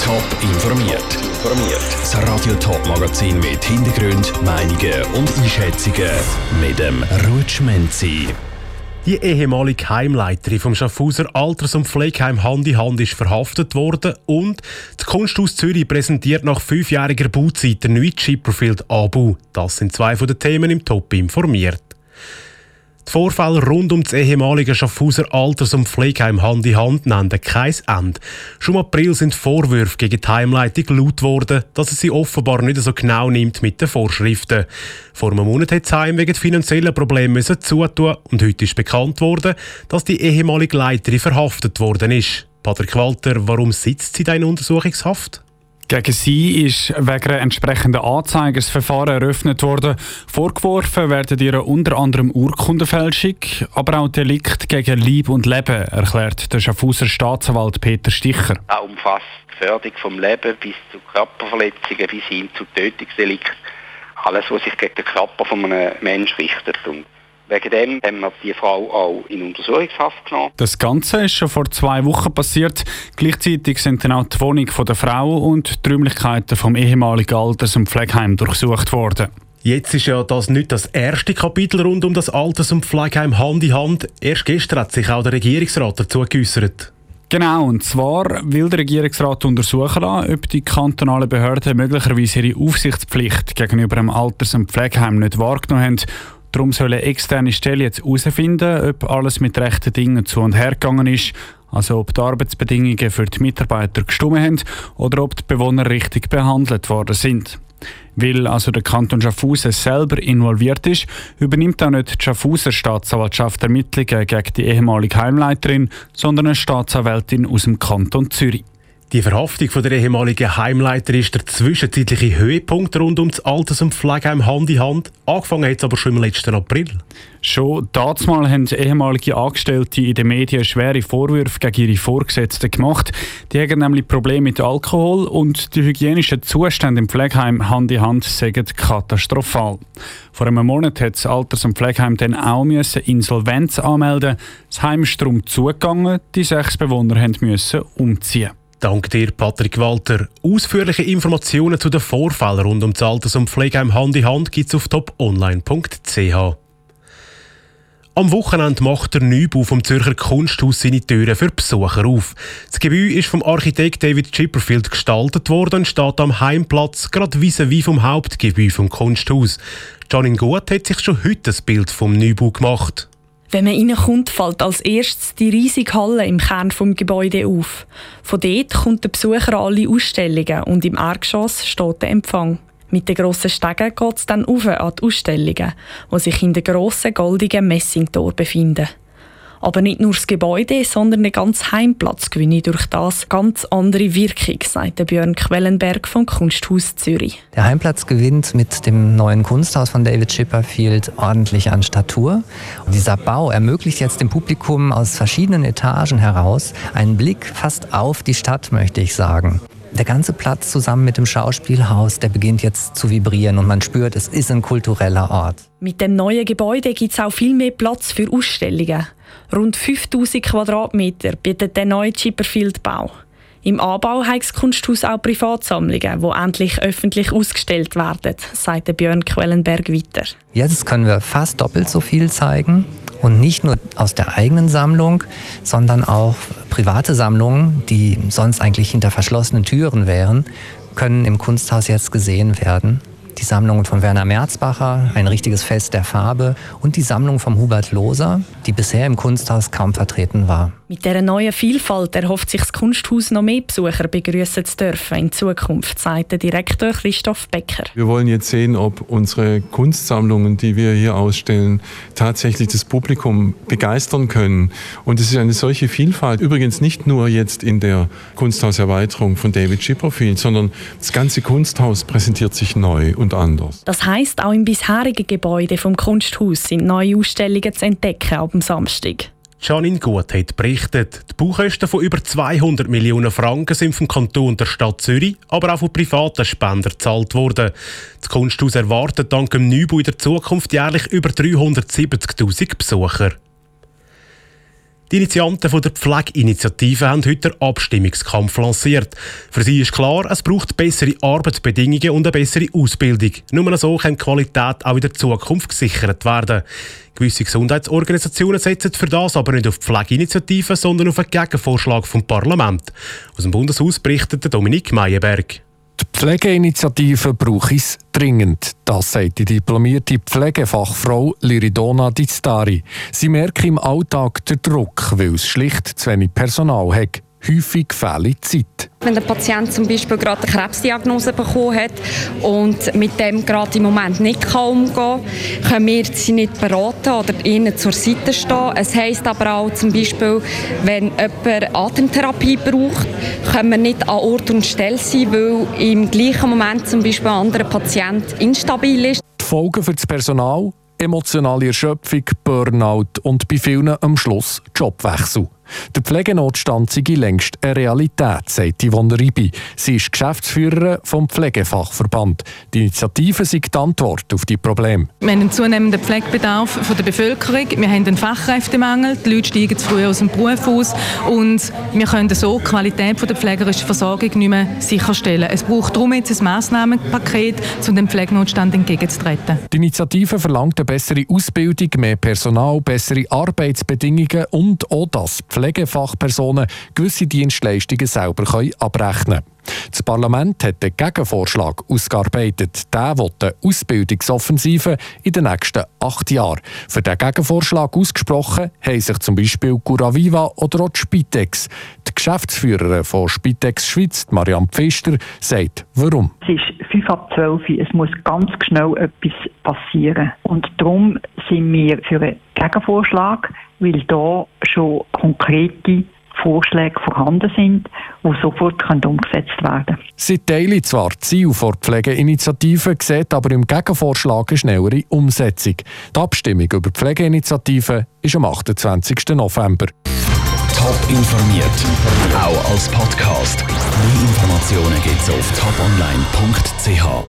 Top informiert. Das Radio Top Magazin mit Hintergrund, Meinungen und Einschätzungen mit dem Rutschmenzi. Die ehemalige Heimleiterin vom Schaffhauser Alters- und Pflegeheim Hand in Hand ist verhaftet worden und das Kunsthaus Zürich präsentiert nach 5-jähriger Bauzeit den neuen Chipperfield Abu. Das sind zwei von den Themen im Top informiert. Die Vorfälle rund um das ehemalige Schaffhauser Alters- und Pflegeheim Hand in Hand nennen kein Ende. Schon im April sind Vorwürfe gegen die Heimleitung laut geworden, dass es sie offenbar nicht so genau nimmt mit den Vorschriften. Vor einem Monat hat das Heim wegen finanzieller Probleme zutun und heute ist bekannt worden, dass die ehemalige Leiterin verhaftet worden ist. Patrick Walter, warum sitzt sie da in Untersuchungshaft? Gegen sie ist wegen einer entsprechenden Anzeige das Verfahren eröffnet worden. Vorgeworfen werden ihr unter anderem Urkundenfälschung, aber auch Delikt gegen Leib und Leben, erklärt der Schaffhauser Staatsanwalt Peter Sticher. Er umfasst Gefährdung vom Leben bis zu Körperverletzungen, bis hin zu Tötungsdelikten. Alles, was sich gegen den Körper von einem Menschen richtet. Und wegen dem haben wir die Frau auch in Untersuchungshaft genommen. Das Ganze ist schon vor 2 Wochen passiert. Gleichzeitig sind dann auch die Wohnung der Frau und die Räumlichkeiten vom ehemaligen Alters- und Pflegeheim durchsucht worden. Jetzt ist ja das nicht das erste Kapitel rund um das Alters- und Pflegeheim Hand in Hand. Erst gestern hat sich auch der Regierungsrat dazu geäussert. Genau, und zwar will der Regierungsrat untersuchen lassen, ob die kantonalen Behörden möglicherweise ihre Aufsichtspflicht gegenüber dem Alters- und Pflegeheim nicht wahrgenommen haben. Darum sollen externe Stellen jetzt herausfinden, ob alles mit rechten Dingen zu und her gegangen ist, also ob die Arbeitsbedingungen für die Mitarbeiter gestimmt haben oder ob die Bewohner richtig behandelt worden sind. Weil also der Kanton Schaffhausen selber involviert ist, übernimmt auch nicht die Schaffhauser Staatsanwaltschaft Ermittlungen gegen die ehemalige Heimleiterin, sondern eine Staatsanwältin aus dem Kanton Zürich. Die Verhaftung von der ehemaligen Heimleiterin ist der zwischenzeitliche Höhepunkt rund um das Alters- und Pflegeheim Hand in Hand. Angefangen hat es aber schon im letzten April. Schon damals haben ehemalige Angestellte in den Medien schwere Vorwürfe gegen ihre Vorgesetzten gemacht. Die haben nämlich Probleme mit Alkohol und die hygienischen Zustände im Pflegeheim Hand in Hand sind katastrophal. Vor einem Monat hat das Alters- und Pflegeheim dann auch Insolvenz anmelden. Das Heim ist darum zugegangen, die 6 Bewohner mussten umziehen. Dank dir, Patrick Walter. Ausführliche Informationen zu den Vorfällen rund um das Alters- und Pflegeheim Hand in Hand gibt es auf toponline.ch. Am Wochenende macht der Neubau vom Zürcher Kunsthaus seine Türen für Besucher auf. Das Gebäude ist vom Architekt David Chipperfield gestaltet worden und steht am Heimplatz, gerade vis-à-vis vom Hauptgebäude vom Kunsthaus. Janine Gut hat sich schon heute ein Bild vom Neubau gemacht. Wenn man reinkommt, fällt als erstes die riesige Halle im Kern des Gebäudes auf. Von dort kommt der Besucher an alle Ausstellungen und im Erdgeschoss steht der Empfang. Mit den grossen Stegen geht es dann rauf an die Ausstellungen, die sich in den grossen goldigen Messingtor befinden. Aber nicht nur das Gebäude, sondern der ganze Heimplatz gewinne durch das ganz andere Wirkung, sagt Björn Quellenberg vom Kunsthaus Zürich. Der Heimplatz gewinnt mit dem neuen Kunsthaus von David Chipperfield ordentlich an Statur. Und dieser Bau ermöglicht jetzt dem Publikum aus verschiedenen Etagen heraus einen Blick fast auf die Stadt, möchte ich sagen. Der ganze Platz zusammen mit dem Schauspielhaus, der beginnt jetzt zu vibrieren und man spürt, es ist ein kultureller Ort. Mit dem neuen Gebäude gibt es auch viel mehr Platz für Ausstellungen. Rund 5000 Quadratmeter bietet der neue Chipperfield-Bau. Im Anbau hat das Kunsthaus auch Privatsammlungen, die endlich öffentlich ausgestellt werden, sagt Björn Quellenberg weiter. Jetzt können wir fast doppelt so viel zeigen. Und nicht nur aus der eigenen Sammlung, sondern auch private Sammlungen, die sonst eigentlich hinter verschlossenen Türen wären, können im Kunsthaus jetzt gesehen werden. Die Sammlungen von Werner Merzbacher, ein richtiges Fest der Farbe, und die Sammlung von Hubert Loser, die bisher im Kunsthaus kaum vertreten war. Mit dieser neuen Vielfalt erhofft sich das Kunsthaus noch mehr Besucher begrüßen zu dürfen in Zukunft, sagt der Direktor Christoph Becker. Wir wollen jetzt sehen, ob unsere Kunstsammlungen, die wir hier ausstellen, tatsächlich das Publikum begeistern können. Und es ist eine solche Vielfalt, übrigens nicht nur jetzt in der Kunsthauserweiterung von David Chipperfield, sondern das ganze Kunsthaus präsentiert sich neu und anders. Das heisst, auch im bisherigen Gebäude vom Kunsthaus sind neue Ausstellungen zu entdecken ab dem Samstag. Janine Gut hat berichtet, die Baukosten von über 200 Millionen Franken sind vom Kanton der Stadt Zürich, aber auch von privaten Spendern gezahlt worden. Das Kunsthaus erwartet dank dem Neubau in der Zukunft jährlich über 370'000 Besucher. Die Initianten der Pflegeinitiative haben heute den Abstimmungskampf lanciert. Für sie ist klar, es braucht bessere Arbeitsbedingungen und eine bessere Ausbildung. Nur so kann die Qualität auch in der Zukunft gesichert werden. Gewisse Gesundheitsorganisationen setzen für das aber nicht auf die Pflegeinitiative, sondern auf einen Gegenvorschlag vom Parlament. Aus dem Bundeshaus berichtet Dominik Meyerberg. Die Pflegeinitiative braucht es dringend. Das sagt die diplomierte Pflegefachfrau Liridona Diztari. Sie merkt im Alltag den Druck, weil es schlicht zu wenig Personal hat. Häufig fehle Zeit. Wenn der Patient zum Beispiel gerade eine Krebsdiagnose bekommen hat und mit dem gerade im Moment nicht umgehen kann, können wir sie nicht beraten oder ihnen zur Seite stehen. Es heisst aber auch zum Beispiel, wenn jemand Atemtherapie braucht, können wir nicht an Ort und Stelle sein, weil im gleichen Moment zum Beispiel ein anderer Patient instabil ist. Die Folgen für das Personal: emotionale Erschöpfung, Burnout und bei vielen am Schluss Jobwechsel. Der Pflegenotstand sei längst eine Realität, sagt Yvonne Ribi. Sie ist Geschäftsführerin vom Pflegefachverband. Die Initiative sei die Antwort auf die Probleme. Wir haben einen zunehmenden Pflegebedarf der Bevölkerung. Wir haben einen Fachkräftemangel. Die Leute steigen zu früh aus dem Beruf aus. Und wir können so die Qualität der pflegerischen Versorgung nicht mehr sicherstellen. Es braucht darum jetzt ein Massnahmenpaket, um dem Pflegenotstand entgegenzutreten. Die Initiative verlangt eine bessere Ausbildung, mehr Personal, bessere Arbeitsbedingungen und auch, dass Pflegefachpersonen gewisse Dienstleistungen selber abrechnen können. Das Parlament hat den Gegenvorschlag ausgearbeitet. Der will eine Ausbildungsoffensive in den nächsten 8 Jahren. Für den Gegenvorschlag ausgesprochen haben sich zum Beispiel Curaviva oder auch die Spitex. Die Geschäftsführerin von Spitex Schweiz, Marianne Pfister, sagt, warum. Es ist 11:55, es muss ganz schnell etwas passieren. Und darum sind wir für einen Gegenvorschlag, weil da schon konkrete Vorschläge vorhanden sind, die sofort umgesetzt werden können. Sie teilen zwar die Ziele der Pflegeinitiative, sieht aber im Gegenvorschlag eine schnellere Umsetzung. Die Abstimmung über die Pflegeinitiative ist am 28. November. Top informiert, auch als Podcast. Mehr Informationen gibt es auf toponline.ch.